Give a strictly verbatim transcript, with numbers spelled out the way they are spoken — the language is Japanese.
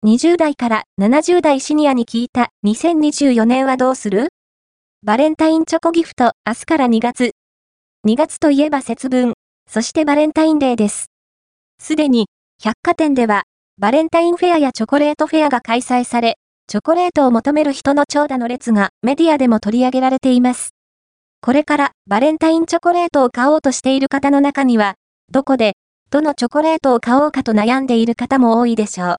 にじゅう代からななじゅう代シニアに聞いたにせんにじゅうよねんはどうする？バレンタインチョコギフト、明日からにがつ。にがつといえば節分、そしてバレンタインデーです。すでに、百貨店では、バレンタインフェアやチョコレートフェアが開催され、チョコレートを求める人の長蛇の列がメディアでも取り上げられています。これからバレンタインチョコレートを買おうとしている方の中には、どこで、どのチョコレートを買おうかと悩んでいる方も多いでしょう。